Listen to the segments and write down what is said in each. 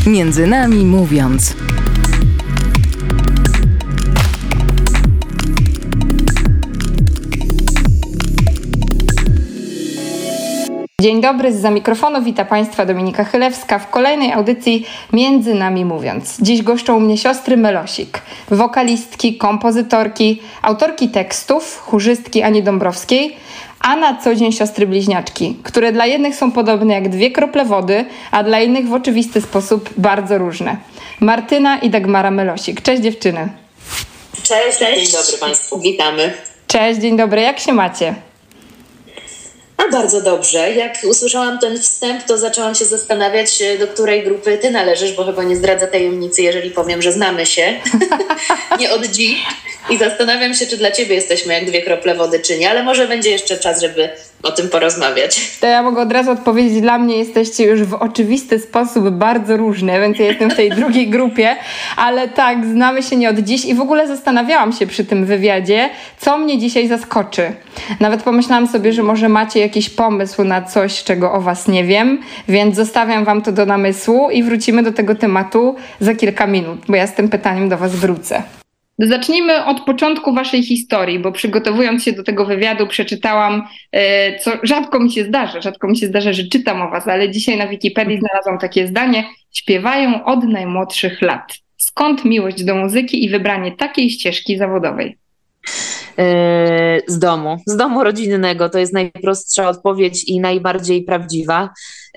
Między nami mówiąc. Dzień dobry, zza mikrofonu wita Państwa Dominika Chylewska w kolejnej audycji Między nami mówiąc. Dziś goszczą u mnie siostry Melosik, wokalistki, kompozytorki, autorki tekstów, chórzystki Ani Dąbrowskiej, a na co dzień siostry bliźniaczki, które dla jednych są podobne jak dwie krople wody, a dla innych w oczywisty sposób bardzo różne. Martyna i Dagmara Melosik. Cześć dziewczyny. Cześć. Dzień dobry Państwu, witamy. Cześć, dzień dobry, jak się macie? A bardzo dobrze. Jak usłyszałam ten wstęp, to zaczęłam się zastanawiać, do której grupy ty należysz, bo chyba nie zdradzę tajemnicy, jeżeli powiem, że znamy się. Nie od dziś. I zastanawiam się, czy dla ciebie jesteśmy jak dwie krople wody, czy nie, ale może będzie jeszcze czas, żeby o tym porozmawiać. To ja mogę od razu odpowiedzieć, dla mnie jesteście już w oczywisty sposób bardzo różne, więc ja jestem w tej drugiej grupie, ale tak, znamy się nie od dziś i w ogóle zastanawiałam się przy tym wywiadzie, co mnie dzisiaj zaskoczy. Nawet pomyślałam sobie, że może macie jakiś pomysł na coś, czego o was nie wiem, więc zostawiam wam to do namysłu i wrócimy do tego tematu za kilka minut, bo ja z tym pytaniem do was wrócę. Zacznijmy od początku waszej historii, bo przygotowując się do tego wywiadu przeczytałam, co rzadko mi się zdarza, że czytam o was, ale dzisiaj na Wikipedii znalazłam takie zdanie: śpiewają od najmłodszych lat. Skąd miłość do muzyki i wybranie takiej ścieżki zawodowej? Z domu rodzinnego. To jest najprostsza odpowiedź i najbardziej prawdziwa.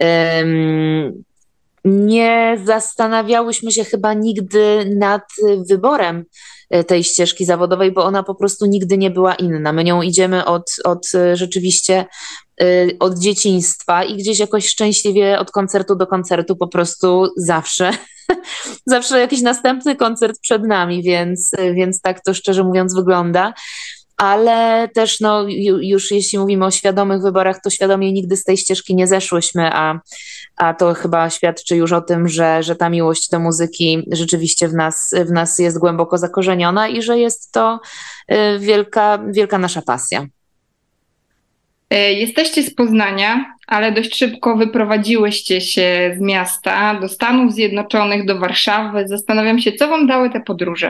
Nie zastanawiałyśmy się chyba nigdy nad wyborem tej ścieżki zawodowej, bo ona po prostu nigdy nie była inna. My nią idziemy rzeczywiście od dzieciństwa i gdzieś jakoś szczęśliwie od koncertu do koncertu po prostu zawsze jakiś następny koncert przed nami, więc tak to szczerze mówiąc wygląda. Ale też już jeśli mówimy o świadomych wyborach, to świadomie nigdy z tej ścieżki nie zeszłyśmy, a to chyba świadczy już o tym, że ta miłość do muzyki rzeczywiście w nas jest głęboko zakorzeniona i że jest to wielka nasza pasja. Jesteście z Poznania, ale dość szybko wyprowadziłyście się z miasta do Stanów Zjednoczonych, do Warszawy. Zastanawiam się, co wam dały te podróże?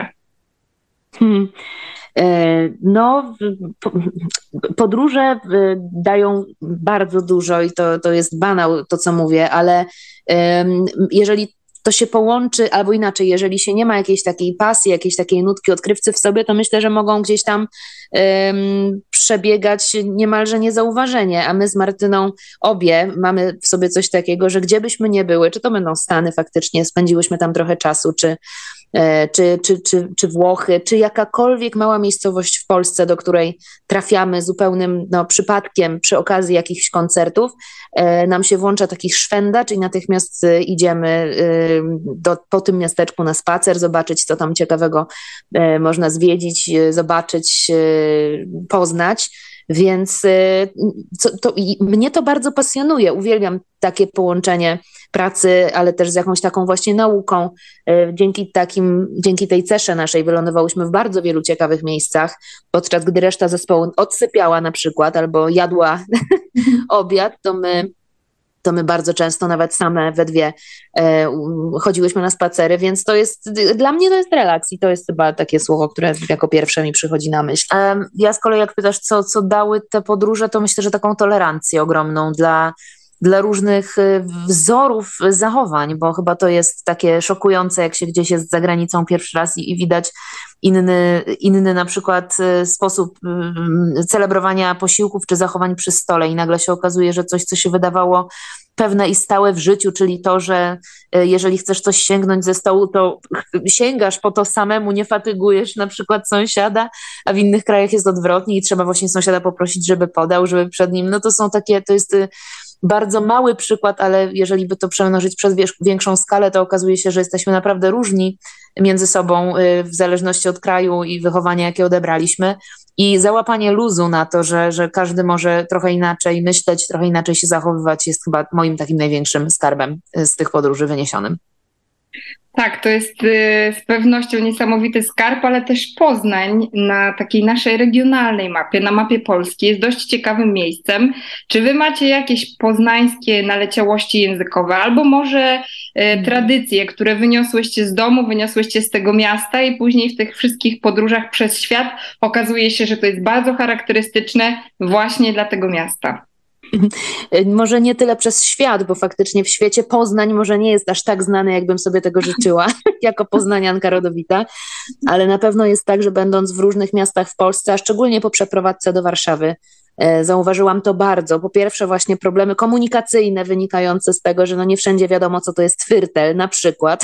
Podróże dają bardzo dużo i to jest banał to, co mówię, ale jeżeli to się połączy, albo inaczej, jeżeli się nie ma jakiejś takiej pasji, jakiejś takiej nutki odkrywcy w sobie, to myślę, że mogą gdzieś tam przebiegać niemalże niezauważenie, a my z Martyną obie mamy w sobie coś takiego, że gdzie byśmy nie były, czy to będą Stany faktycznie, spędziłyśmy tam trochę czasu, czy Włochy, czy jakakolwiek mała miejscowość w Polsce, do której trafiamy zupełnym przypadkiem przy okazji jakichś koncertów, nam się włącza taki szwendacz i natychmiast idziemy po tym miasteczku na spacer, zobaczyć, co tam ciekawego można zwiedzić, zobaczyć, poznać. Więc mnie to bardzo pasjonuje. Uwielbiam takie połączenie pracy, ale też z jakąś taką właśnie nauką. Dzięki tej cesze naszej wylądowałyśmy w bardzo wielu ciekawych miejscach, podczas gdy reszta zespołu odsypiała na przykład albo jadła obiad, to my bardzo często nawet same we dwie chodziłyśmy na spacery, więc dla mnie to jest relaks i to jest chyba takie słowo, które jako pierwsze mi przychodzi na myśl. Ja z kolei jak pytasz, co dały te podróże, to myślę, że taką tolerancję ogromną dla różnych wzorów zachowań, bo chyba to jest takie szokujące, jak się gdzieś jest za granicą pierwszy raz i widać inny na przykład sposób celebrowania posiłków czy zachowań przy stole i nagle się okazuje, że coś, co się wydawało pewne i stałe w życiu, czyli to, że jeżeli chcesz coś sięgnąć ze stołu, to sięgasz po to samemu, nie fatygujesz na przykład sąsiada, a w innych krajach jest odwrotnie i trzeba właśnie sąsiada poprosić, żeby podał, żeby przed nim, to jest bardzo mały przykład, ale jeżeli by to przemnożyć przez większą skalę, to okazuje się, że jesteśmy naprawdę różni między sobą w zależności od kraju i wychowania, jakie odebraliśmy. I załapanie luzu na to, że każdy może trochę inaczej myśleć, trochę inaczej się zachowywać, jest chyba moim takim największym skarbem z tych podróży wyniesionym. Tak, to jest z pewnością niesamowity skarb, ale też Poznań na takiej naszej regionalnej mapie, na mapie Polski jest dość ciekawym miejscem. Czy wy macie jakieś poznańskie naleciałości językowe, albo może tradycje, które wyniosłyście z domu, wyniosłyście z tego miasta i później w tych wszystkich podróżach przez świat okazuje się, że to jest bardzo charakterystyczne właśnie dla tego miasta? Może nie tyle przez świat, bo faktycznie w świecie Poznań może nie jest aż tak znany, jakbym sobie tego życzyła, jako poznanianka rodowita, ale na pewno jest tak, że będąc w różnych miastach w Polsce, a szczególnie po przeprowadzce do Warszawy, zauważyłam to bardzo. Po pierwsze właśnie problemy komunikacyjne wynikające z tego, że no nie wszędzie wiadomo, co to jest firtel na przykład.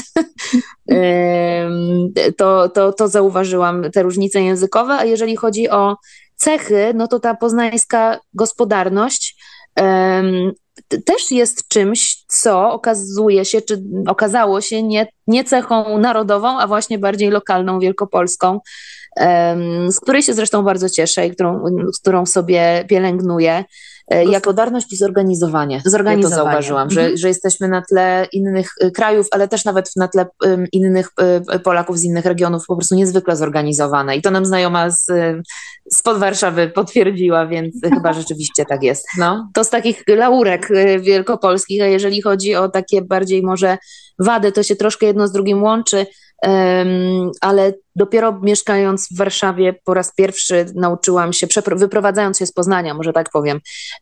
To zauważyłam, te różnice językowe, a jeżeli chodzi o cechy, no to ta poznańska gospodarność też jest czymś, co okazuje się, czy okazało się nie cechą narodową, a właśnie bardziej lokalną, wielkopolską, z której się zresztą bardzo cieszę i którą sobie pielęgnuję. Gospodarność i zorganizowanie. Ja to zauważyłam, że jesteśmy na tle innych krajów, ale też nawet na tle innych Polaków z innych regionów po prostu niezwykle zorganizowane. I to nam znajoma spod Warszawy potwierdziła, więc chyba rzeczywiście tak jest. No. To z takich laurek wielkopolskich, a jeżeli chodzi o takie bardziej może wady, to się troszkę jedno z drugim łączy, ale dopiero mieszkając w Warszawie po raz pierwszy nauczyłam się, wyprowadzając się z Poznania, może tak powiem,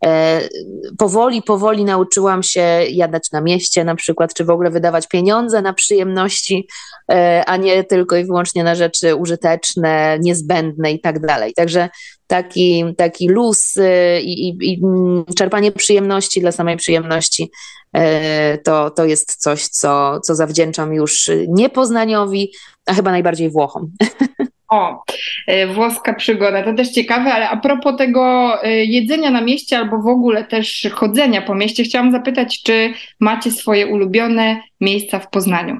powoli nauczyłam się jadać na mieście na przykład, czy w ogóle wydawać pieniądze na przyjemności, a nie tylko i wyłącznie na rzeczy użyteczne, niezbędne i tak dalej. Także taki luz i czerpanie przyjemności dla samej przyjemności, to jest coś, co zawdzięczam już nie Poznaniowi, a chyba najbardziej Włochom. O, włoska przygoda, to też ciekawe, ale a propos tego jedzenia na mieście albo w ogóle też chodzenia po mieście, chciałam zapytać, czy macie swoje ulubione miejsca w Poznaniu?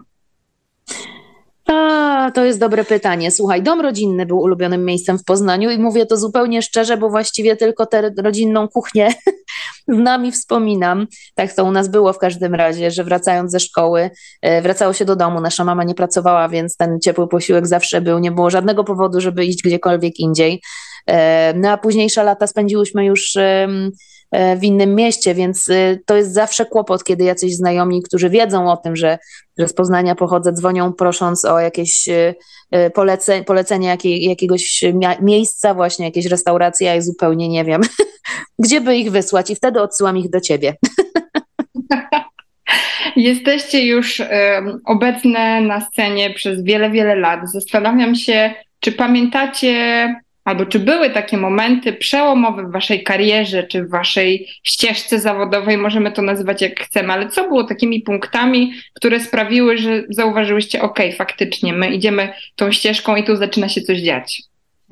To jest dobre pytanie. Słuchaj, dom rodzinny był ulubionym miejscem w Poznaniu i mówię to zupełnie szczerze, bo właściwie tylko tę rodzinną kuchnię z nami wspominam. Tak to u nas było w każdym razie, że wracając ze szkoły, wracało się do domu. Nasza mama nie pracowała, więc ten ciepły posiłek zawsze był. Nie było żadnego powodu, żeby iść gdziekolwiek indziej. No a późniejsze lata spędziłyśmy już w innym mieście, więc to jest zawsze kłopot, kiedy jacyś znajomi, którzy wiedzą o tym, że z Poznania pochodzę, dzwonią prosząc o jakieś polecenie jakiegoś miejsca, właśnie jakieś restauracje, ja zupełnie nie wiem, gdzie by ich wysłać i wtedy odsyłam ich do ciebie. Jesteście już obecne na scenie przez wiele, wiele lat. Zastanawiam się, czy pamiętacie, albo czy były takie momenty przełomowe w waszej karierze, czy w waszej ścieżce zawodowej, możemy to nazywać jak chcemy, ale co było takimi punktami, które sprawiły, że zauważyłyście, okej, faktycznie, my idziemy tą ścieżką i tu zaczyna się coś dziać?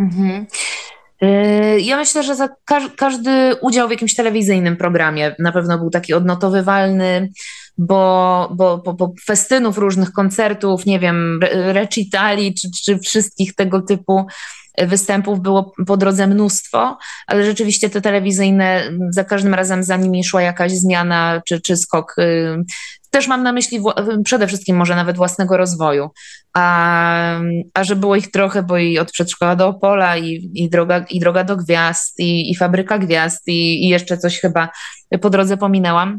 Ja myślę, że za każdy udział w jakimś telewizyjnym programie na pewno był taki odnotowywalny, bo festynów, różnych koncertów, nie wiem, recitali czy wszystkich tego typu występów było po drodze mnóstwo, ale rzeczywiście te telewizyjne, za każdym razem za nimi szła jakaś zmiana czy skok. Też mam na myśli przede wszystkim może nawet własnego rozwoju, a że było ich trochę, bo i od przedszkola do Opola i droga do gwiazd i fabryka gwiazd i jeszcze coś chyba po drodze pominęłam.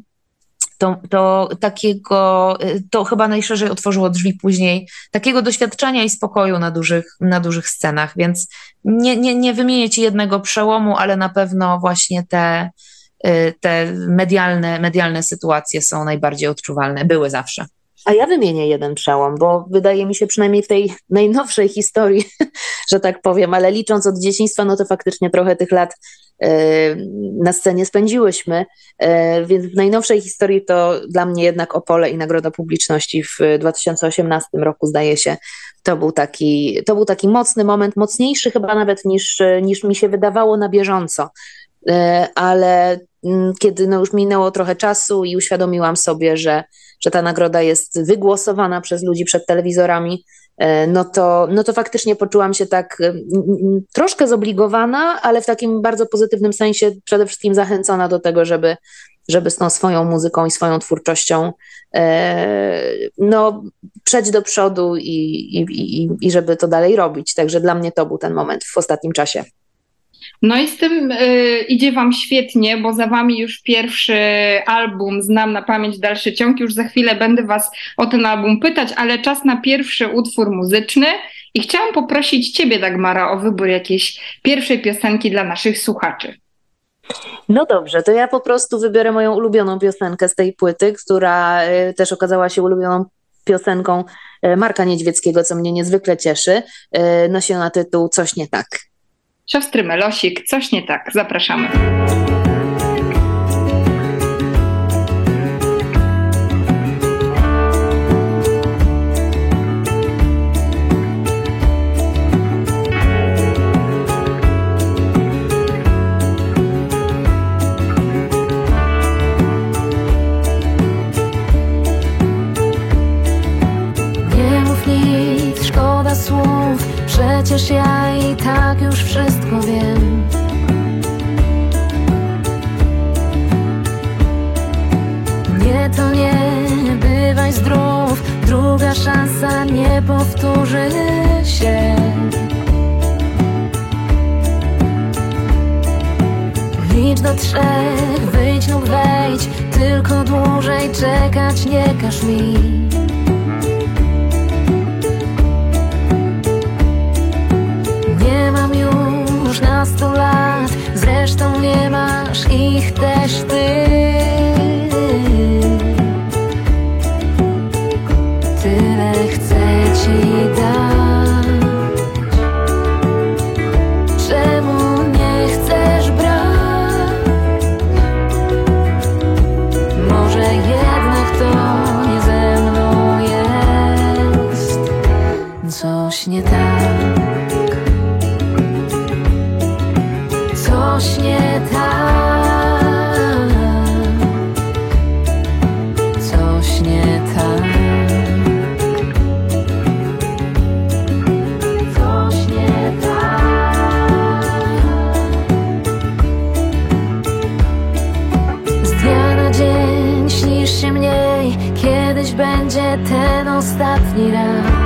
To chyba najszerzej otworzyło drzwi później takiego doświadczenia i spokoju na dużych scenach, więc nie wymienię ci jednego przełomu, ale na pewno właśnie te medialne sytuacje są najbardziej odczuwalne, były zawsze. A ja wymienię jeden przełom, bo wydaje mi się przynajmniej w tej najnowszej historii, że tak powiem, ale licząc od dzieciństwa, no to faktycznie trochę tych lat na scenie spędziłyśmy, więc w najnowszej historii to dla mnie jednak Opole i Nagroda Publiczności w 2018 roku, zdaje się, to był taki mocny moment, mocniejszy chyba nawet niż mi się wydawało na bieżąco, ale kiedy już minęło trochę czasu i uświadomiłam sobie, że ta nagroda jest wygłosowana przez ludzi przed telewizorami, no to faktycznie poczułam się tak troszkę zobligowana, ale w takim bardzo pozytywnym sensie przede wszystkim zachęcona do tego, żeby z tą swoją muzyką i swoją twórczością no, przejść do przodu i żeby to dalej robić. Także dla mnie to był ten moment w ostatnim czasie. No i z tym idzie wam świetnie, bo za wami już pierwszy album Znam na pamięć dalszy ciąg. Już za chwilę będę was o ten album pytać, ale czas na pierwszy utwór muzyczny i chciałam poprosić ciebie, Dagmara, o wybór jakiejś pierwszej piosenki dla naszych słuchaczy. No dobrze, to ja po prostu wybiorę moją ulubioną piosenkę z tej płyty, która też okazała się ulubioną piosenką Marka Niedźwieckiego, co mnie niezwykle cieszy. Nosi ona tytuł Coś nie tak. Siostry Melosik, Coś nie tak. Zapraszamy. Przecież ja i tak już wszystko wiem. Nie to nie, bywaj zdrów. Druga szansa nie powtórzy się. Licz do 3, wyjdź lub wejdź. Tylko dłużej czekać nie każ mi. Na 100 lat, zresztą nie masz ich też ty. Tyle chcę ci dać. Czemu nie chcesz brać? Może jednak to nie ze mną jest coś nie tak. Coś nie tak, coś nie tak, coś nie tak. Z dnia na dzień śnisz się mniej, kiedyś będzie ten ostatni raz.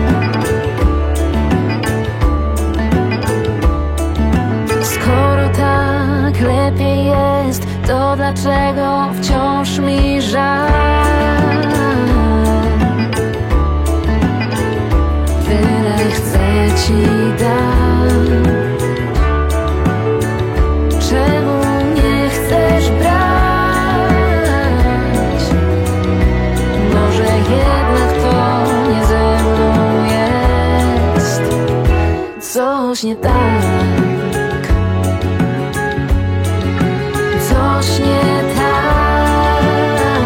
Lepiej jest, to dlaczego wciąż mi żal? Tyle chcę ci dać. Czemu nie chcesz brać? Może jednak to nie ze mną jest coś nie tak. Coś nie tak,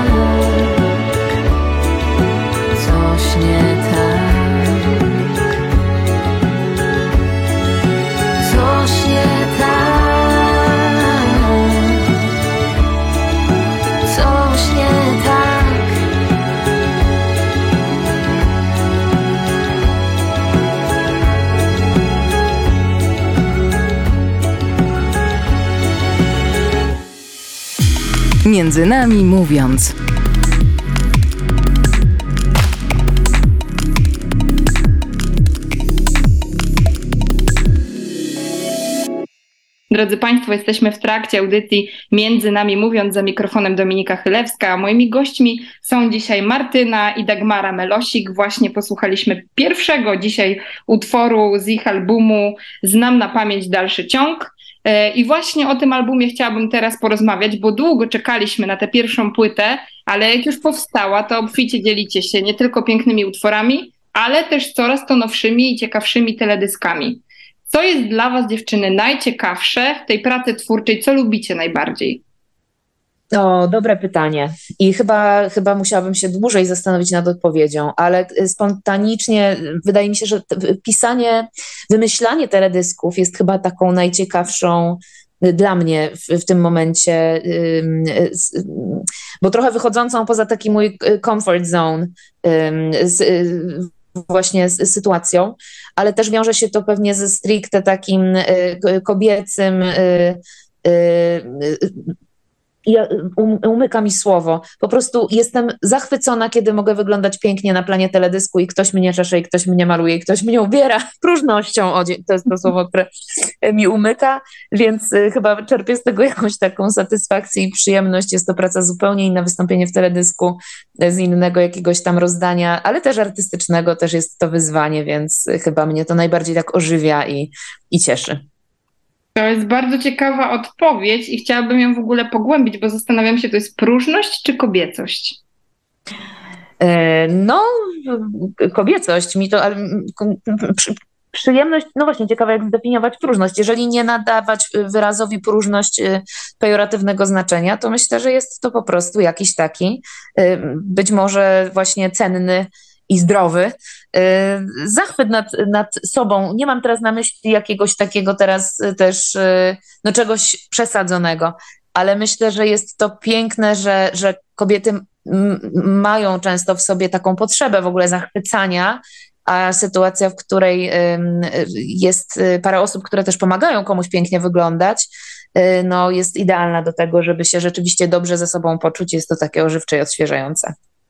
coś nie tak, coś nie tak, coś nie tak. Między nami mówiąc. Drodzy Państwo, jesteśmy w trakcie audycji Między nami mówiąc, za mikrofonem Dominika Chylewska, a moimi gośćmi są dzisiaj Martyna i Dagmara Melosik. Właśnie posłuchaliśmy pierwszego dzisiaj utworu z ich albumu Znam na pamięć dalszy ciąg. I właśnie o tym albumie chciałabym teraz porozmawiać, bo długo czekaliśmy na tę pierwszą płytę, ale jak już powstała, to obficie dzielicie się nie tylko pięknymi utworami, ale też coraz to nowszymi i ciekawszymi teledyskami. Co jest dla was, dziewczyny, najciekawsze w tej pracy twórczej? Co lubicie najbardziej? O, dobre pytanie. I chyba musiałabym się dłużej zastanowić nad odpowiedzią, ale spontanicznie wydaje mi się, że wymyślanie teledysków jest chyba taką najciekawszą dla mnie w tym momencie, bo trochę wychodzącą poza taki mój comfort zone właśnie z sytuacją, ale też wiąże się to pewnie ze stricte takim kobiecym umyka mi słowo. Po prostu jestem zachwycona, kiedy mogę wyglądać pięknie na planie teledysku i ktoś mnie czesze, i ktoś mnie maluje, i ktoś mnie ubiera próżnością. To jest to słowo, które mi umyka, więc chyba czerpię z tego jakąś taką satysfakcję i przyjemność. Jest to praca zupełnie inna, wystąpienie w teledysku z innego jakiegoś tam rozdania, ale też artystycznego, też jest to wyzwanie, więc chyba mnie to najbardziej tak ożywia i cieszy. To jest bardzo ciekawa odpowiedź i chciałabym ją w ogóle pogłębić, bo zastanawiam się, to jest próżność czy kobiecość? No, kobiecość mi to, ale przyjemność, no właśnie, ciekawe jak zdefiniować próżność. Jeżeli nie nadawać wyrazowi próżność pejoratywnego znaczenia, to myślę, że jest to po prostu jakiś taki, być może właśnie cenny i zdrowy zachwyt nad sobą. Nie mam teraz na myśli jakiegoś takiego teraz też no czegoś przesadzonego, ale myślę, że jest to piękne, że kobiety mają często w sobie taką potrzebę w ogóle zachwycania, a sytuacja, w której jest parę osób, które też pomagają komuś pięknie wyglądać, no jest idealna do tego, żeby się rzeczywiście dobrze ze sobą poczuć. Jest to takie ożywcze i odświeżające.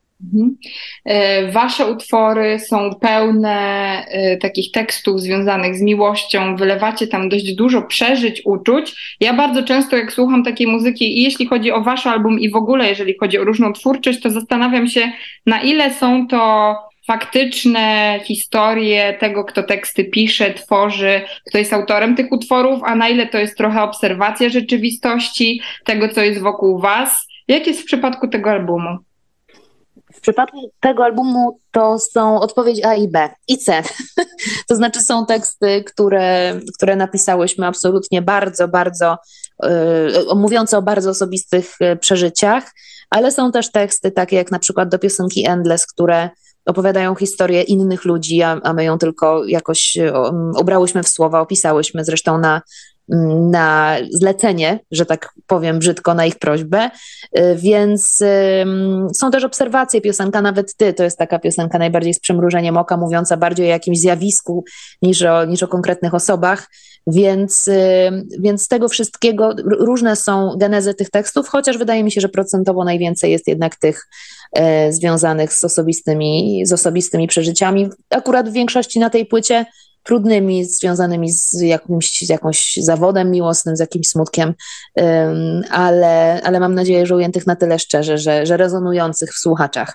Wasze utwory są pełne takich tekstów związanych z miłością, wylewacie tam dość dużo przeżyć, uczuć. Ja bardzo często jak słucham takiej muzyki i jeśli chodzi o wasz album i w ogóle jeżeli chodzi o różną twórczość, to zastanawiam się, na ile są to faktyczne historie tego, kto teksty pisze, tworzy, kto jest autorem tych utworów, a na ile to jest trochę obserwacja rzeczywistości, tego, co jest wokół was. Jak jest w przypadku tego albumu? W przypadku tego albumu to są odpowiedź A i B i C. To znaczy są teksty, które napisałyśmy absolutnie bardzo mówiące o bardzo osobistych przeżyciach, ale są też teksty takie jak na przykład do piosenki Endless, które opowiadają historię innych ludzi, a my ją tylko jakoś ubrałyśmy w słowa, opisałyśmy zresztą na zlecenie, że tak powiem brzydko, na ich prośbę, więc są też obserwacje. Piosenka Nawet Ty to jest taka piosenka najbardziej z przymrużeniem oka, mówiąca bardziej o jakimś zjawisku niż o konkretnych osobach, więc z tego wszystkiego różne są genezy tych tekstów, chociaż wydaje mi się, że procentowo najwięcej jest jednak tych związanych z osobistymi przeżyciami. Akurat w większości na tej płycie trudnymi, związanymi z jakimś zawodem miłosnym, z jakimś smutkiem, ale mam nadzieję, że ujętych na tyle szczerze, że rezonujących w słuchaczach.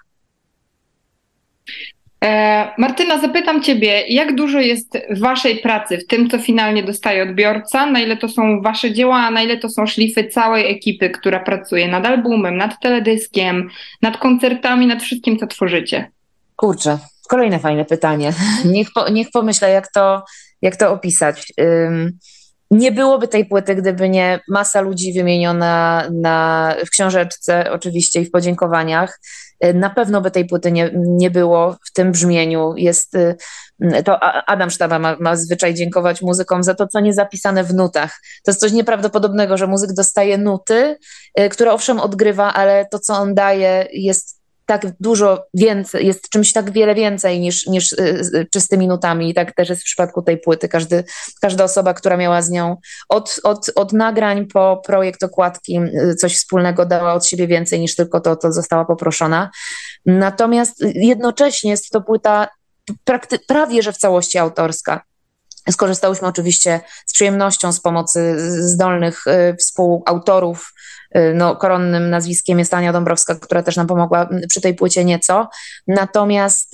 Martyna, zapytam ciebie, jak dużo jest waszej pracy w tym, co finalnie dostaje odbiorca, na ile to są wasze dzieła, a na ile to są szlify całej ekipy, która pracuje nad albumem, nad teledyskiem, nad koncertami, nad wszystkim, co tworzycie? Kurczę, kolejne fajne pytanie. Niech pomyślę, jak to opisać. Nie byłoby tej płyty, gdyby nie masa ludzi wymieniona w książeczce oczywiście i w podziękowaniach. Na pewno by tej płyty nie było w tym brzmieniu. To Adam Sztaba ma zwyczaj dziękować muzykom za to, co nie zapisane w nutach. To jest coś nieprawdopodobnego, że muzyk dostaje nuty, które owszem odgrywa, ale to, co on daje, jest tak dużo więcej, jest czymś tak wiele więcej niż czystymi nutami. I tak też jest w przypadku tej płyty. Każda osoba, która miała z nią od nagrań po projekt okładki coś wspólnego, dała od siebie więcej niż tylko to, co została poproszona. Natomiast jednocześnie jest to płyta prawie że w całości autorska. Skorzystałyśmy oczywiście z przyjemnością z pomocy zdolnych współautorów. Koronnym nazwiskiem jest Ania Dąbrowska, która też nam pomogła przy tej płycie nieco. Natomiast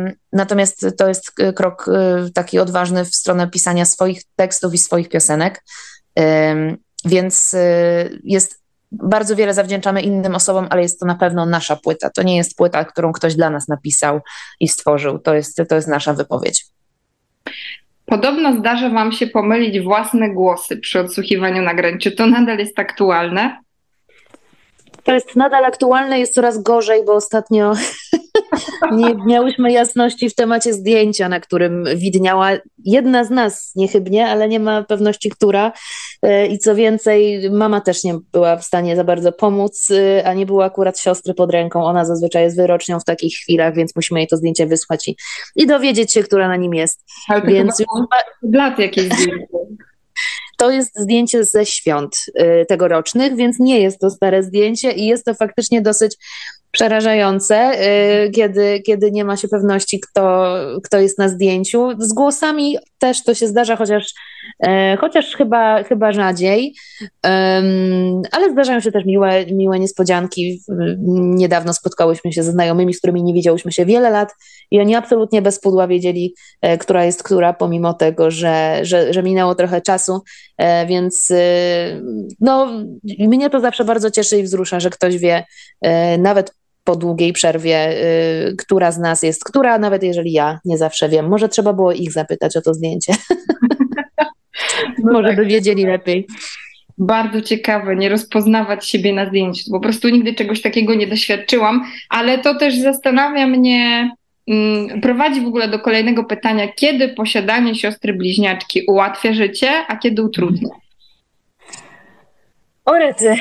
to jest krok taki odważny w stronę pisania swoich tekstów i swoich piosenek. Więc bardzo wiele zawdzięczamy innym osobom, ale jest to na pewno nasza płyta. To nie jest płyta, którą ktoś dla nas napisał i stworzył. To jest nasza wypowiedź. Podobno zdarza wam się pomylić własne głosy przy odsłuchiwaniu nagrań. Czy to nadal jest aktualne? To jest nadal aktualne, jest coraz gorzej, bo ostatnio nie miałyśmy jasności w temacie zdjęcia, na którym widniała jedna z nas niechybnie, ale nie ma pewności, która. I co więcej, mama też nie była w stanie za bardzo pomóc, a nie było akurat siostry pod ręką. Ona zazwyczaj jest wyrocznią w takich chwilach, więc musimy jej to zdjęcie wysłać i dowiedzieć się, która na nim jest. Ale to więc lat jakieś zdjęcie. to jest zdjęcie ze świąt tegorocznych, więc nie jest to stare zdjęcie i jest to faktycznie dosyć przerażające, kiedy nie ma się pewności, kto jest na zdjęciu. Z głosami też to się zdarza, chociaż chyba rzadziej, ale zdarzają się też miłe niespodzianki. Niedawno spotkałyśmy się ze znajomymi, z którymi nie widziałyśmy się wiele lat i oni absolutnie bez pudła wiedzieli, która jest która, pomimo tego, że minęło trochę czasu, więc no, mnie to zawsze bardzo cieszy i wzrusza, że ktoś wie, nawet po długiej przerwie, która z nas jest która, nawet jeżeli ja nie zawsze wiem. Może trzeba było ich zapytać o to zdjęcie. Może by wiedzieli lepiej. Bardzo ciekawe, nie rozpoznawać siebie na zdjęciu. Po prostu nigdy czegoś takiego nie doświadczyłam, ale to też zastanawia mnie, prowadzi w ogóle do kolejnego pytania, kiedy posiadanie siostry bliźniaczki ułatwia życie, a kiedy utrudnia? O rety.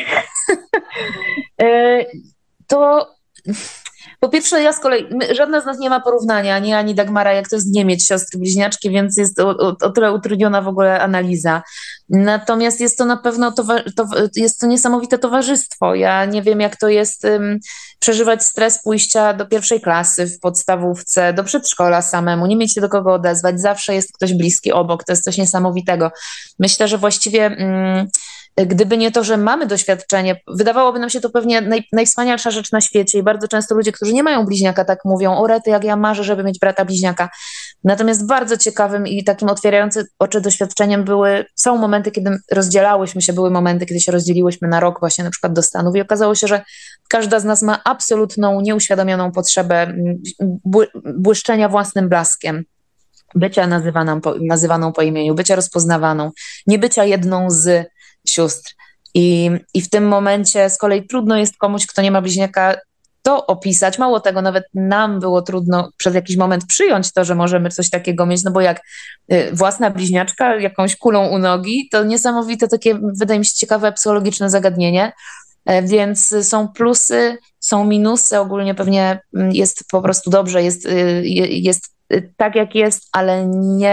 To po pierwsze, ja z kolei, żadna z nas nie ma porównania, ani Dagmara, jak to jest nie mieć siostry bliźniaczki, więc jest o tyle utrudniona w ogóle analiza. Natomiast jest to na pewno jest to niesamowite towarzystwo. Ja nie wiem, jak to jest przeżywać stres pójścia do pierwszej klasy w podstawówce, do przedszkola samemu, nie mieć się do kogo odezwać, zawsze jest ktoś bliski obok, to jest coś niesamowitego. Myślę, że właściwie gdyby nie to, że mamy doświadczenie, wydawałoby nam się to pewnie najwspanialsza rzecz na świecie i bardzo często ludzie, którzy nie mają bliźniaka, tak mówią, o rety, jak ja marzę, żeby mieć brata bliźniaka. Natomiast bardzo ciekawym i takim otwierającym oczy doświadczeniem są momenty, kiedy rozdzielałyśmy się, były momenty, kiedy się rozdzieliłyśmy na rok właśnie na przykład do Stanów i okazało się, że każda z nas ma absolutną, nieuświadomioną potrzebę błyszczenia własnym blaskiem. Bycia nazywaną po imieniu, bycia rozpoznawaną, nie bycia jedną z sióstr. I w tym momencie z kolei trudno jest komuś, kto nie ma bliźniaka, to opisać. Mało tego, nawet nam było trudno przez jakiś moment przyjąć to, że możemy coś takiego mieć, no bo jak własna bliźniaczka jakąś kulą u nogi, to niesamowite takie, wydaje mi się, ciekawe psychologiczne zagadnienie. Więc są plusy, są minusy, ogólnie pewnie jest po prostu dobrze, jest tak jak jest, ale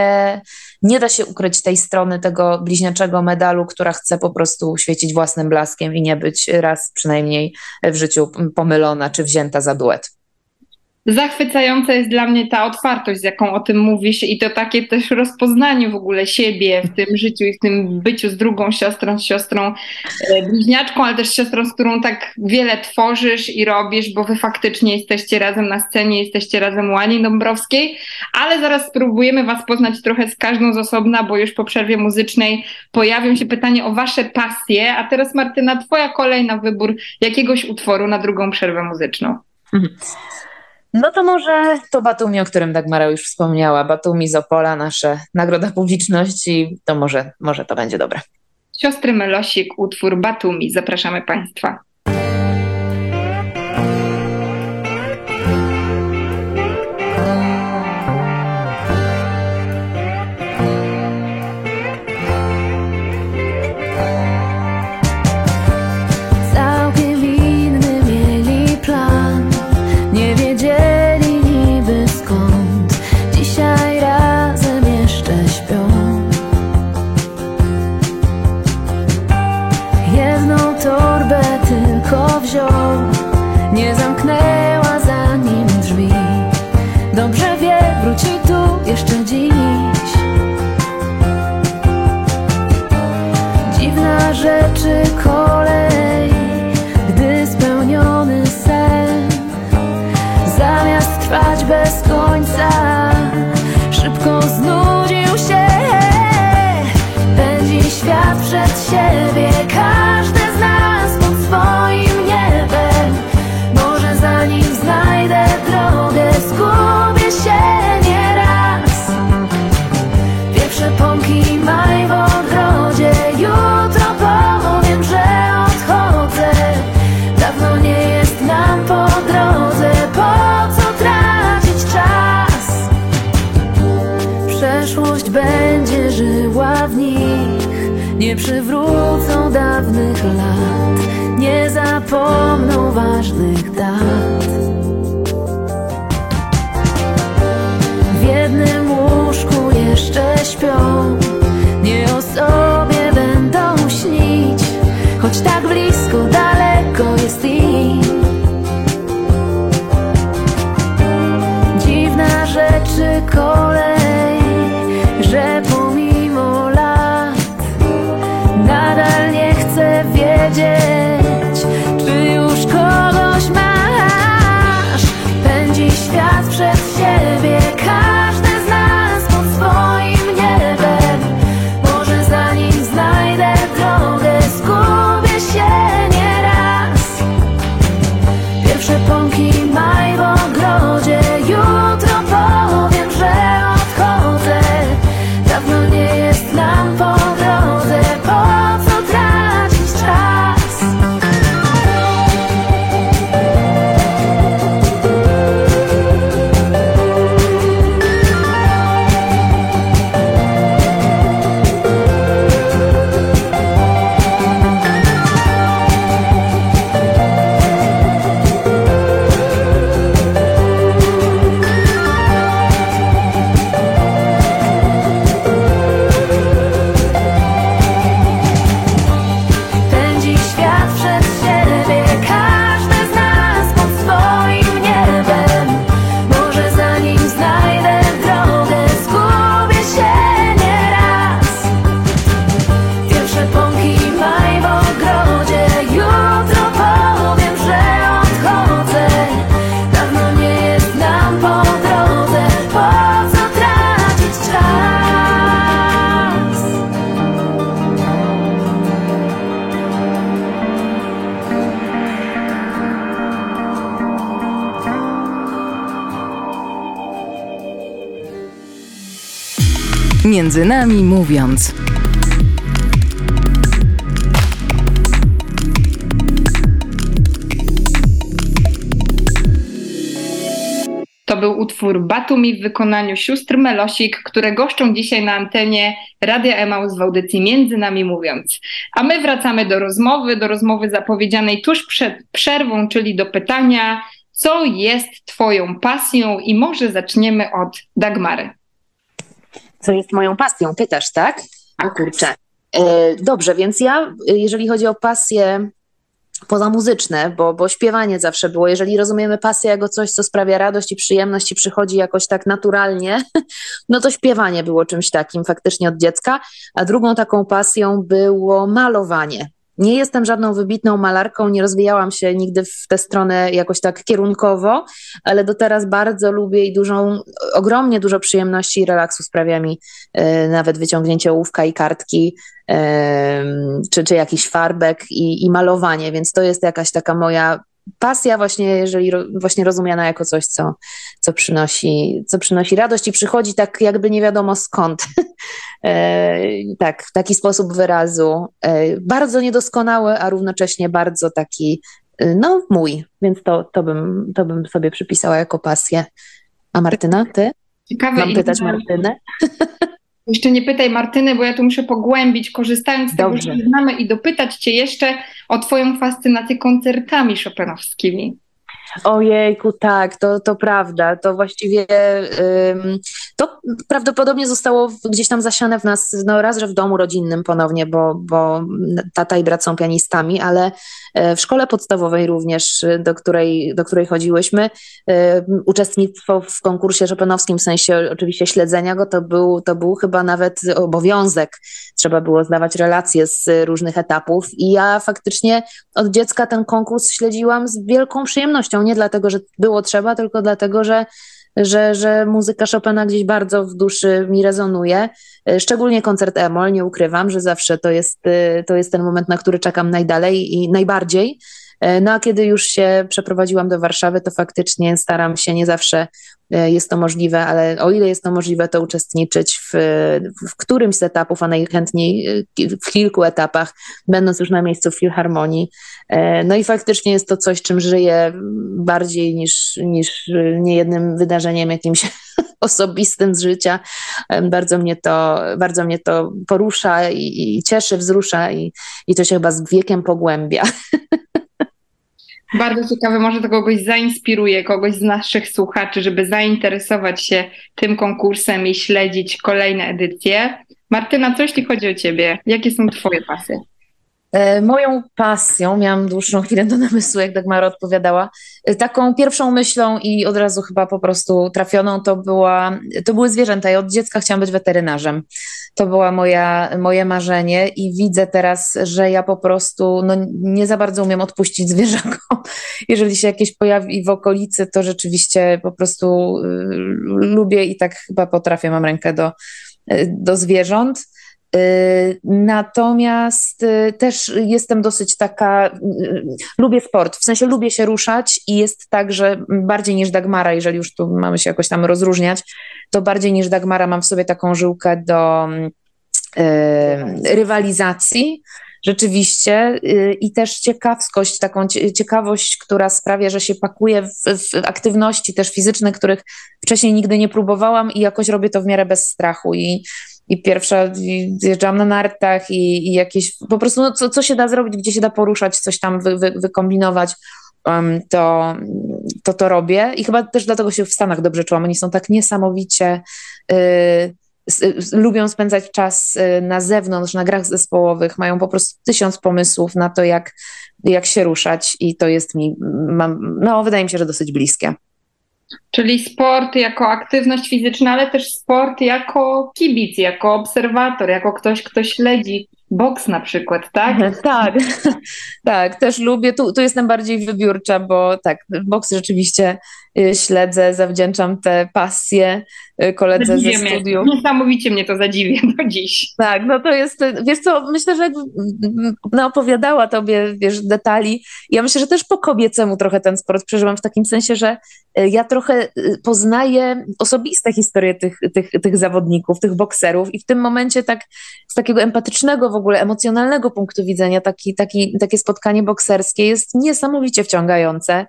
nie da się ukryć tej strony tego bliźniaczego medalu, która chce po prostu świecić własnym blaskiem i nie być raz przynajmniej w życiu pomylona czy wzięta za duet. Zachwycająca jest dla mnie ta otwartość, z jaką o tym mówisz i to takie też rozpoznanie w ogóle siebie w tym życiu i w tym byciu z drugą siostrą bliźniaczką, ale też siostrą, z którą tak wiele tworzysz i robisz, bo wy faktycznie jesteście razem na scenie, jesteście razem u Ani Dąbrowskiej, ale zaraz spróbujemy was poznać trochę z każdą z osobna, bo już po przerwie muzycznej pojawią się pytania o wasze pasje, a teraz Martyna, twoja kolej na wybór jakiegoś utworu na drugą przerwę muzyczną. No to może to Batumi, o którym Dagmara już wspomniała. Batumi z Opola, nasza nagroda publiczności, to może to będzie dobre. Siostry Melosik, utwór Batumi. Zapraszamy Państwa. Nie zamknęła za nim drzwi. Dobrze wie, wróci tu jeszcze dziś. Dziwna rzeczy kolej, gdy spełniony sen zamiast trwać bez końca szybko znudził się. Pędzi świat przed siebie, każdy z nas pod swoim niebem. Może zanim znajdę drogę, zgubię się nieraz. Pierwsze pąki maj w ogrodzie, jutro powiem, że odchodzę. Dawno nie jest nam po drodze, po co tracić czas? Przeszłość będzie żyła w nich, nie przywrócą dawnych lat, nie zapomną ważnych dat. W jednym łóżku jeszcze śpią, nie o sobie kolej, że pomimo lat nadal nie chcę wiedzieć, czy już kogoś masz. Pędzi świat przed siebie, każdy z nas pod swoim niebem. Może zanim znajdę drogę, zgubię się nieraz. Pierwsze pąki maj w ogrodzie, jutro powiem, że odchodzę. Dawno nie jest nam po drodze, po co tracić czas? Pędzi świat przed siebie, każdy z nas pod swoim niebem. Może zanim znajdę drogę, zgubię się nieraz. Pierwsze pąki maj w ogrodzie, jutro powiem, że odchodzę. Dawno nie jest nam po drodze, po co tracić czas? Między nami mówiąc. To był utwór Batumi w wykonaniu sióstr Melosik, które goszczą dzisiaj na antenie Radia Emaus w audycji Między nami mówiąc. A my wracamy do rozmowy zapowiedzianej tuż przed przerwą, czyli do pytania, co jest twoją pasją, i może zaczniemy od Dagmary. Co jest moją pasją? Pytasz, tak? A kurczę. Dobrze, więc ja, jeżeli chodzi o pasje pozamuzyczne, bo śpiewanie zawsze było, jeżeli rozumiemy pasję jako coś, co sprawia radość i przyjemność i przychodzi jakoś tak naturalnie, no to śpiewanie było czymś takim faktycznie od dziecka, a drugą taką pasją było malowanie. Nie jestem żadną wybitną malarką, nie rozwijałam się nigdy w tę stronę jakoś tak kierunkowo, ale do teraz bardzo lubię i ogromnie dużo przyjemności i relaksu sprawia mi nawet wyciągnięcie ołówka i kartki, czy jakiś farbek i malowanie, więc to jest jakaś taka moja pasja właśnie, jeżeli właśnie rozumiana jako coś, co przynosi radość i przychodzi tak jakby nie wiadomo skąd. Tak, taki sposób wyrazu. Bardzo niedoskonały, a równocześnie bardzo taki, no mój, więc to bym sobie przypisała jako pasję. A Martyna, ty? Ciekawe, mam pytać Martynę? Jeszcze nie pytaj Martyny, bo ja tu muszę pogłębić, korzystając z tego, że się znamy, i dopytać cię jeszcze o twoją fascynację koncertami chopinowskimi. Ojejku, tak, to prawda, to właściwie to prawdopodobnie zostało gdzieś tam zasiane w nas, no raz, że w domu rodzinnym ponownie, bo tata i brat są pianistami, ale w szkole podstawowej również, do której chodziłyśmy, uczestnictwo w konkursie chopinowskim, w sensie oczywiście śledzenia go, to był chyba nawet obowiązek. Trzeba było zdawać relacje z różnych etapów i ja faktycznie od dziecka ten konkurs śledziłam z wielką przyjemnością. Nie dlatego, że było trzeba, tylko dlatego, że muzyka Chopina gdzieś bardzo w duszy mi rezonuje. Szczególnie koncert E-moll, nie ukrywam, że zawsze to jest ten moment, na który czekam najdalej i najbardziej. No a kiedy już się przeprowadziłam do Warszawy, to faktycznie staram się, nie zawsze jest to możliwe, ale o ile jest to możliwe, to uczestniczyć w którymś z etapów, a najchętniej w kilku etapach, będąc już na miejscu w Filharmonii. No i faktycznie jest to coś, czym żyję bardziej niż niejednym wydarzeniem jakimś osobistym z życia. Bardzo mnie to porusza i cieszy, wzrusza i to się chyba z wiekiem pogłębia. Bardzo ciekawe, może to kogoś zainspiruje, kogoś z naszych słuchaczy, żeby zainteresować się tym konkursem i śledzić kolejne edycje. Martyna, co jeśli chodzi o ciebie? Jakie są twoje pasje? Moją pasją, miałam dłuższą chwilę do namysłu, jak Dagmara odpowiadała, taką pierwszą myślą i od razu chyba po prostu trafioną to były zwierzęta. Ja od dziecka chciałam być weterynarzem. To było moje marzenie i widzę teraz, że ja po prostu nie za bardzo umiem odpuścić zwierzakom. Jeżeli się jakieś pojawi w okolicy, to rzeczywiście po prostu lubię i tak chyba potrafię, mam rękę do zwierząt. Natomiast też jestem dosyć taka, lubię sport, w sensie lubię się ruszać i jest tak, że bardziej niż Dagmara, jeżeli już tu mamy się jakoś tam rozróżniać, to bardziej niż Dagmara mam w sobie taką żyłkę do rywalizacji, rzeczywiście, i też ciekawskość, taką ciekawość, która sprawia, że się pakuję w aktywności też fizyczne, których wcześniej nigdy nie próbowałam i jakoś robię to w miarę bez strachu i pierwsza zjeżdżam na nartach i jakieś, po prostu co się da zrobić, gdzie się da poruszać, coś tam wykombinować, to robię i chyba też dlatego się w Stanach dobrze czułam. Oni są tak niesamowicie, lubią spędzać czas na zewnątrz, na grach zespołowych, mają po prostu 1000 pomysłów na to, jak się ruszać i to jest wydaje mi się, że dosyć bliskie. Czyli sport jako aktywność fizyczna, ale też sport jako kibic, jako obserwator, jako ktoś, kto śledzi boks na przykład, tak? Tak, też lubię. Tu jestem bardziej wybiórcza, bo tak, boks rzeczywiście śledzę, zawdzięczam tę pasję koledze ze studiów. Niesamowicie mnie to zadziwia do dziś. Tak, to jest, wiesz co, myślę, że opowiadała tobie, wiesz, detali. Ja myślę, że też po kobiecemu trochę ten sport przeżyłam w takim sensie, że ja trochę poznaję osobiste historie tych zawodników, tych bokserów i w tym momencie tak z takiego empatycznego w ogóle, emocjonalnego punktu widzenia takie spotkanie bokserskie jest niesamowicie wciągające.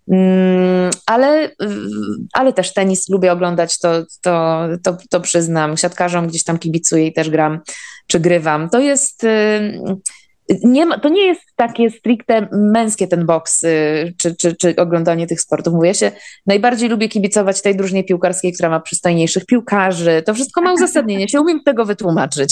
Ale też tenis lubię oglądać, to przyznam. Siatkarzom gdzieś tam kibicuję i też gram, czy grywam. To jest... to nie jest takie stricte męskie ten boks, czy oglądanie tych sportów. Mówię, ja się najbardziej lubię kibicować tej drużynie piłkarskiej, która ma przystojniejszych piłkarzy. To wszystko ma uzasadnienie, się umiem tego wytłumaczyć.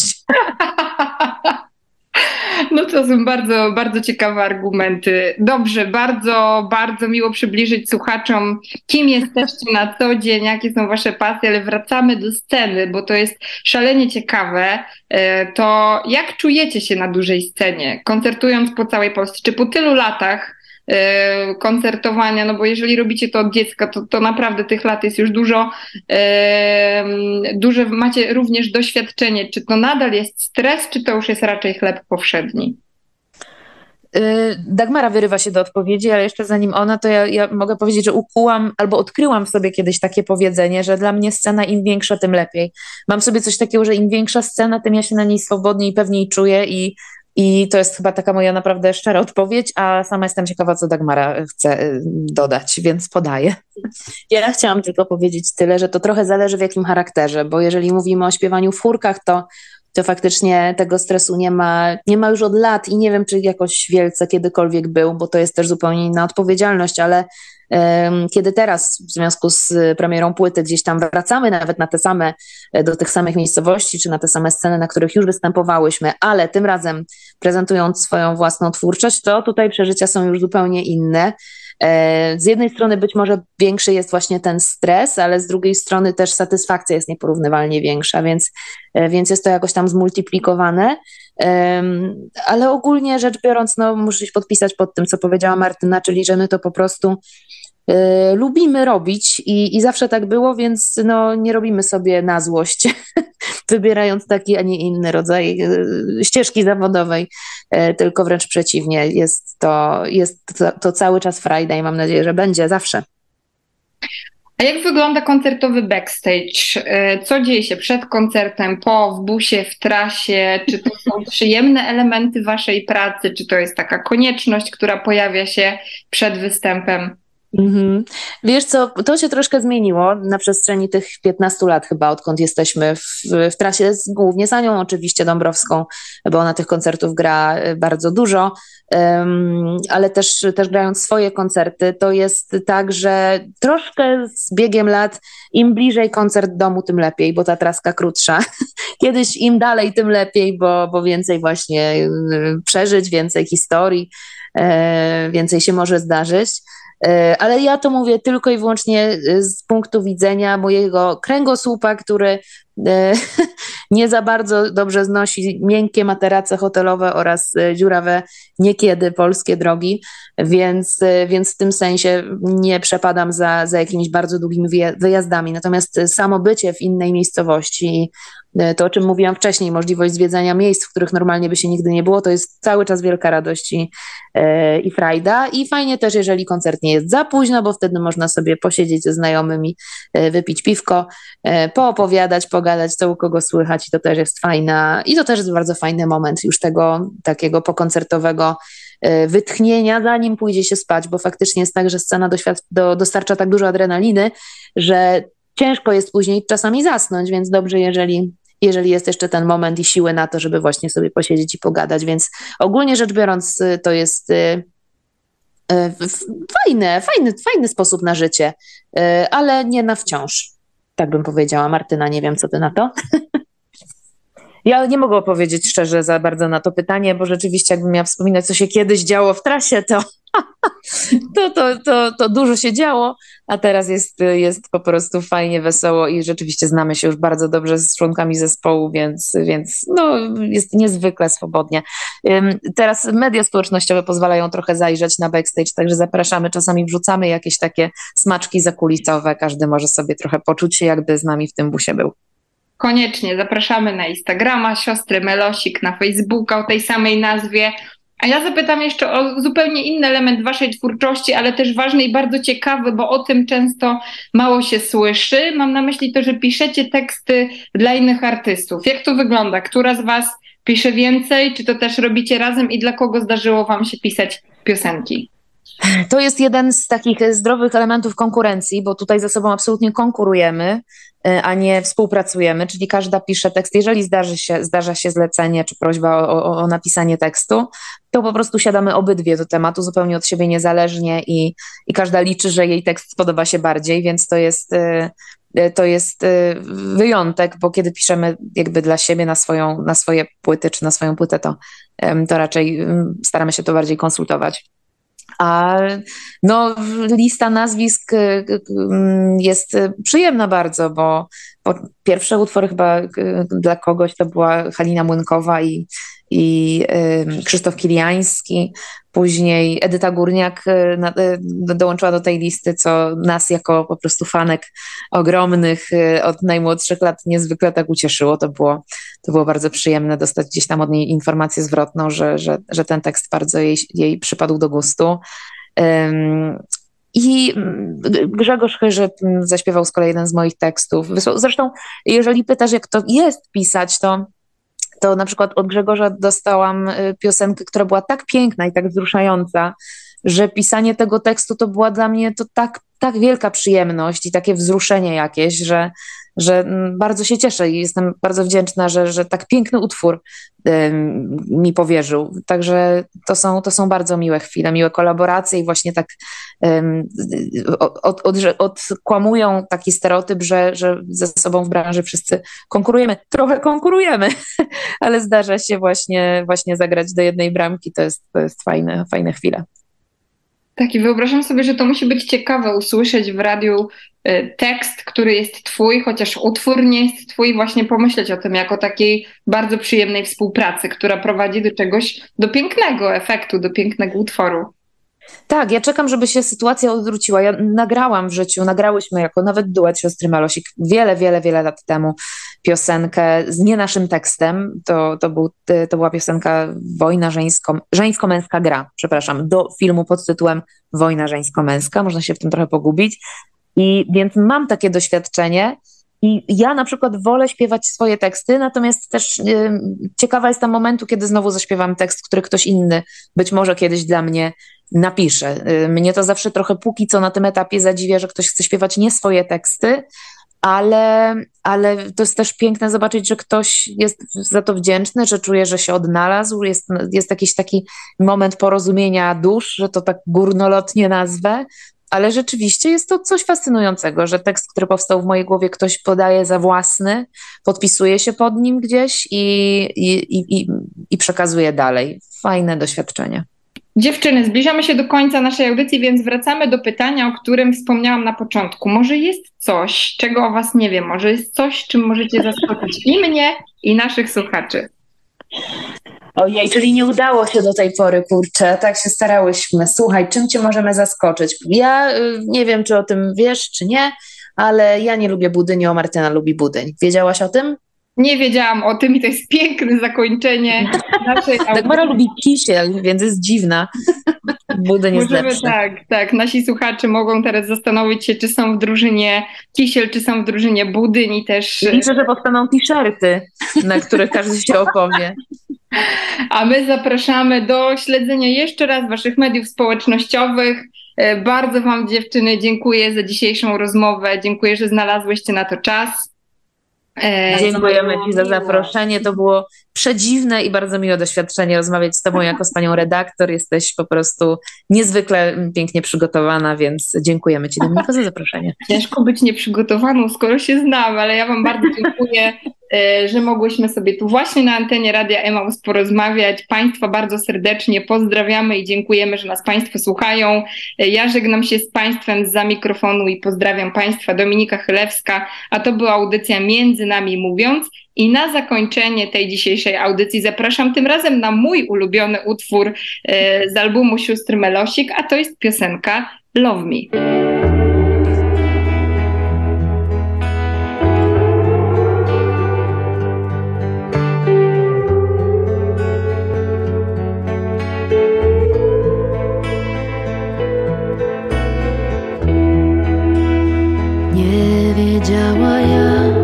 No to są bardzo, bardzo ciekawe argumenty. Dobrze, bardzo, bardzo miło przybliżyć słuchaczom, kim jesteście na co dzień, jakie są wasze pasje, ale wracamy do sceny, bo to jest szalenie ciekawe. To jak czujecie się na dużej scenie, koncertując po całej Polsce? Czy po tylu latach koncertowania, no bo jeżeli robicie to od dziecka, to naprawdę tych lat jest już dużo, duże macie również doświadczenie. Czy to nadal jest stres, czy to już jest raczej chleb powszedni? Dagmara wyrywa się do odpowiedzi, ale jeszcze zanim ona, to ja mogę powiedzieć, że ukułam albo odkryłam w sobie kiedyś takie powiedzenie, że dla mnie scena im większa, tym lepiej. Mam sobie coś takiego, że im większa scena, tym ja się na niej swobodniej i pewniej czuję i to jest chyba taka moja naprawdę szczera odpowiedź, a sama jestem ciekawa, co Dagmara chce dodać, więc podaję. Ja chciałam tylko powiedzieć tyle, że to trochę zależy w jakim charakterze, bo jeżeli mówimy o śpiewaniu w chórkach, to faktycznie tego stresu nie ma już od lat i nie wiem, czy jakoś wielce kiedykolwiek był, bo to jest też zupełnie inna odpowiedzialność, ale kiedy teraz w związku z premierą płyty gdzieś tam wracamy nawet do tych samych miejscowości, czy na te same sceny, na których już występowałyśmy, ale tym razem prezentując swoją własną twórczość, to tutaj przeżycia są już zupełnie inne. Z jednej strony być może większy jest właśnie ten stres, ale z drugiej strony też satysfakcja jest nieporównywalnie większa, więc jest to jakoś tam zmultiplikowane. Ale ogólnie rzecz biorąc, muszę się podpisać pod tym, co powiedziała Martyna, czyli że my to po prostu lubimy robić i zawsze tak było, więc nie robimy sobie na złość, wybierając taki, a nie inny rodzaj ścieżki zawodowej, tylko wręcz przeciwnie, jest to cały czas frajda i mam nadzieję, że będzie zawsze. A jak wygląda koncertowy backstage? Co dzieje się przed koncertem, w busie, w trasie? Czy to są przyjemne elementy waszej pracy? Czy to jest taka konieczność, która pojawia się przed występem? Wiesz co, to się troszkę zmieniło na przestrzeni tych 15 lat chyba, odkąd jesteśmy w trasie, głównie z Anią oczywiście Dąbrowską, bo ona tych koncertów gra bardzo dużo, ale też grając swoje koncerty, to jest tak, że troszkę z biegiem lat im bliżej koncert domu, tym lepiej, bo ta traska krótsza kiedyś im dalej, tym lepiej, bo więcej właśnie przeżyć, więcej historii, więcej się może zdarzyć. Ale ja to mówię tylko i wyłącznie z punktu widzenia mojego kręgosłupa, który nie za bardzo dobrze znosi miękkie materace hotelowe oraz dziurawe niekiedy polskie drogi, więc w tym sensie nie przepadam za jakimiś bardzo długimi wyjazdami. Natomiast samo bycie w innej miejscowości, to o czym mówiłam wcześniej, możliwość zwiedzania miejsc, w których normalnie by się nigdy nie było, to jest cały czas wielka radość i frajda. I fajnie też, jeżeli koncert nie jest za późno, bo wtedy można sobie posiedzieć ze znajomymi, wypić piwko, poopowiadać, pogadać, co u kogo słychać i to też jest bardzo fajny moment już tego takiego pokoncertowego wytchnienia, zanim pójdzie się spać, bo faktycznie jest tak, że scena dostarcza tak dużo adrenaliny, że ciężko jest później czasami zasnąć, więc dobrze, jeżeli jest jeszcze ten moment i siły na to, żeby właśnie sobie posiedzieć i pogadać, więc ogólnie rzecz biorąc to jest fajny sposób na życie, ale nie na wciąż, tak bym powiedziała. Martyna, nie wiem, co ty na to? Ja nie mogę odpowiedzieć szczerze za bardzo na to pytanie, bo rzeczywiście jakbym miała wspominać, co się kiedyś działo w trasie, to dużo się działo, a teraz jest po prostu fajnie, wesoło i rzeczywiście znamy się już bardzo dobrze z członkami zespołu, więc jest niezwykle swobodnie. Teraz media społecznościowe pozwalają trochę zajrzeć na backstage, także zapraszamy, czasami wrzucamy jakieś takie smaczki zakulisowe, każdy może sobie trochę poczuć się, jakby z nami w tym busie był. Koniecznie zapraszamy na Instagrama Siostry Melosik, na Facebooka o tej samej nazwie. A ja zapytam jeszcze o zupełnie inny element waszej twórczości, ale też ważny i bardzo ciekawy, bo o tym często mało się słyszy. Mam na myśli to, że piszecie teksty dla innych artystów. Jak to wygląda? Która z was pisze więcej? Czy to też robicie razem i dla kogo zdarzyło wam się pisać piosenki? To jest jeden z takich zdrowych elementów konkurencji, bo tutaj ze sobą absolutnie konkurujemy, a nie współpracujemy, czyli każda pisze tekst. Jeżeli zdarza się zlecenie czy prośba o napisanie tekstu, to po prostu siadamy obydwie do tematu zupełnie od siebie niezależnie i każda liczy, że jej tekst spodoba się bardziej, więc to jest wyjątek, bo kiedy piszemy jakby dla siebie na swoje płyty czy na swoją płytę, to raczej staramy się to bardziej konsultować. A lista nazwisk jest przyjemna bardzo, bo pierwszy utwór chyba dla kogoś to była Halina Młynkowa i Krzysztof Kiliański, później Edyta Górniak dołączyła do tej listy, co nas jako po prostu fanek ogromnych od najmłodszych lat niezwykle tak ucieszyło. To było bardzo przyjemne dostać gdzieś tam od niej informację zwrotną, że ten tekst bardzo jej przypadł do gustu. I Grzegorz Chyży zaśpiewał z kolei jeden z moich tekstów. Zresztą, jeżeli pytasz, jak to jest pisać, to na przykład od Grzegorza dostałam piosenkę, która była tak piękna i tak wzruszająca, że pisanie tego tekstu to była dla mnie to tak wielka przyjemność i takie wzruszenie jakieś, że bardzo się cieszę i jestem bardzo wdzięczna, że tak piękny utwór mi powierzył. Także to są bardzo miłe chwile, miłe kolaboracje i właśnie tak odkłamują taki stereotyp, że ze sobą w branży wszyscy konkurujemy. Trochę konkurujemy, ale zdarza się właśnie zagrać do jednej bramki. To jest fajne chwile. Tak, i wyobrażam sobie, że to musi być ciekawe usłyszeć w radiu tekst, który jest twój, chociaż utwór nie jest twój, właśnie pomyśleć o tym jako takiej bardzo przyjemnej współpracy, która prowadzi do pięknego efektu, do pięknego utworu. Tak, ja czekam, żeby się sytuacja odwróciła. Ja nagrałam w życiu, nagrałyśmy jako nawet duet Siostry Melosik wiele lat temu piosenkę z nie naszym tekstem. To była piosenka Wojna żeńsko-męska gra, do filmu pod tytułem Wojna żeńsko-męska. Można się w tym trochę pogubić. I więc mam takie doświadczenie i ja na przykład wolę śpiewać swoje teksty, natomiast też ciekawa jestem momentu, kiedy znowu zaśpiewam tekst, który ktoś inny być może kiedyś dla mnie napisze. Mnie to zawsze trochę póki co na tym etapie zadziwia, że ktoś chce śpiewać nie swoje teksty, ale to jest też piękne zobaczyć, że ktoś jest za to wdzięczny, że czuje, że się odnalazł. Jest jakiś taki moment porozumienia dusz, że to tak górnolotnie nazwę. ale rzeczywiście jest to coś fascynującego, że tekst, który powstał w mojej głowie, ktoś podaje za własny, podpisuje się pod nim gdzieś i przekazuje dalej. Fajne doświadczenie. Dziewczyny, zbliżamy się do końca naszej audycji, więc wracamy do pytania, o którym wspomniałam na początku. Może jest coś, czego o was nie wiem, może jest coś, czym możecie zaskoczyć i mnie, i naszych słuchaczy. Ojej, czyli nie udało się do tej pory, kurczę, tak się starałyśmy. Słuchaj, czym cię możemy zaskoczyć? Ja nie wiem, czy o tym wiesz, czy nie, ale ja nie lubię budyni, a Martyna lubi budyń. Wiedziałaś o tym? Nie wiedziałam o tym i to jest piękne zakończenie naszej audycji. Dagmara lubi kisiel, więc jest dziwna. Budyń jest lepszy. Tak. Nasi słuchacze mogą teraz zastanowić się, czy są w drużynie Kisiel, czy są w drużynie Budyń i też... Liczę, że powstaną t-shirty, na których każdy się opowie. A my zapraszamy do śledzenia jeszcze raz waszych mediów społecznościowych. Bardzo wam, dziewczyny, dziękuję za dzisiejszą rozmowę. Dziękuję, że znalazłyście na to czas. Dziękujemy ci za zaproszenie. To było przedziwne i bardzo miłe doświadczenie rozmawiać z tobą jako z panią redaktor. Jesteś po prostu niezwykle pięknie przygotowana, więc dziękujemy ci, Dominiko, za zaproszenie. Ciężko być nieprzygotowaną, skoro się znam, ale ja wam bardzo dziękuję, że mogłyśmy sobie tu właśnie na antenie Radia Emaus porozmawiać. Państwa bardzo serdecznie pozdrawiamy i dziękujemy, że nas państwo słuchają. Ja żegnam się z państwem zza mikrofonu i pozdrawiam państwa. Dominika Chylewska, a to była audycja Między nami mówiąc. I na zakończenie tej dzisiejszej audycji zapraszam tym razem na mój ulubiony utwór z albumu Sióstr Melosik, a to jest piosenka Love Me. Nie wiedziała jak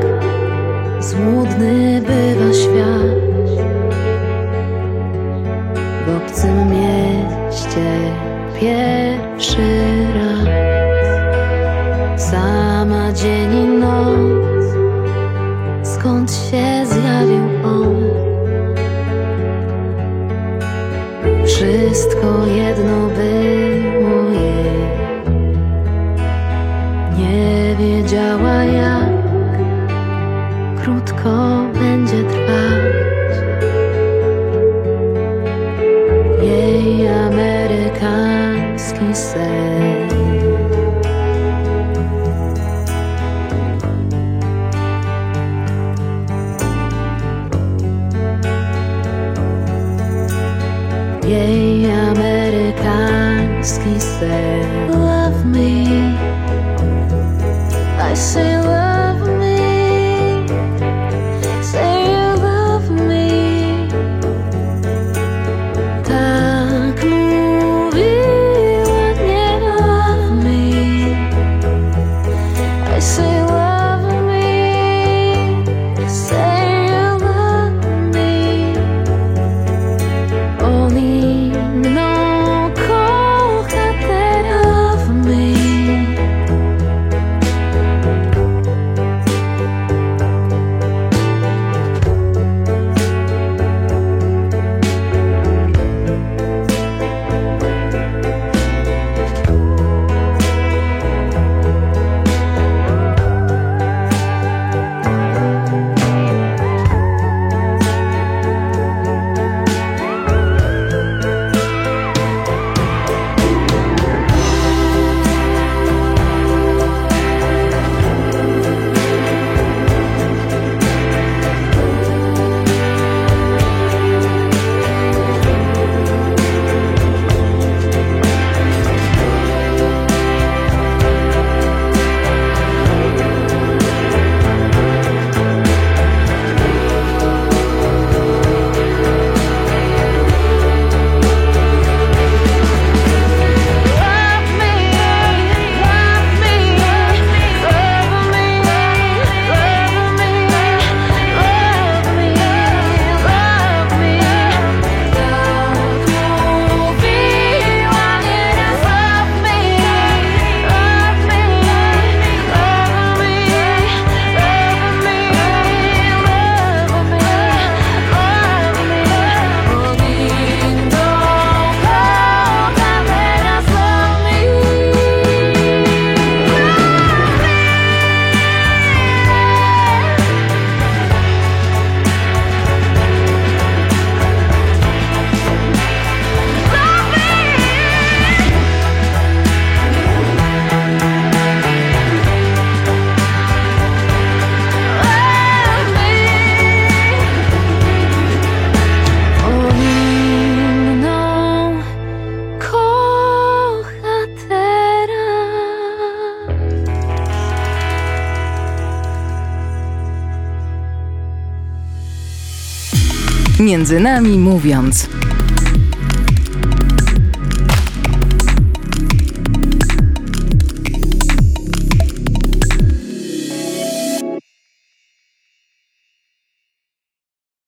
złudny bywa świat w obcym mieście pierwszy raz. Sama dzień i noc, skąd się zjawił on? Wszystko jedno było jej. Nie wiedziała jak krótko będzie trwać jej amerykański sen. Jej amerykański sen. Love me, I say love me. Say you love me. Tak mówiła, nie love me. I say love me. Say you love me. On inną kocha teraz. Love me. Między nami mówiąc.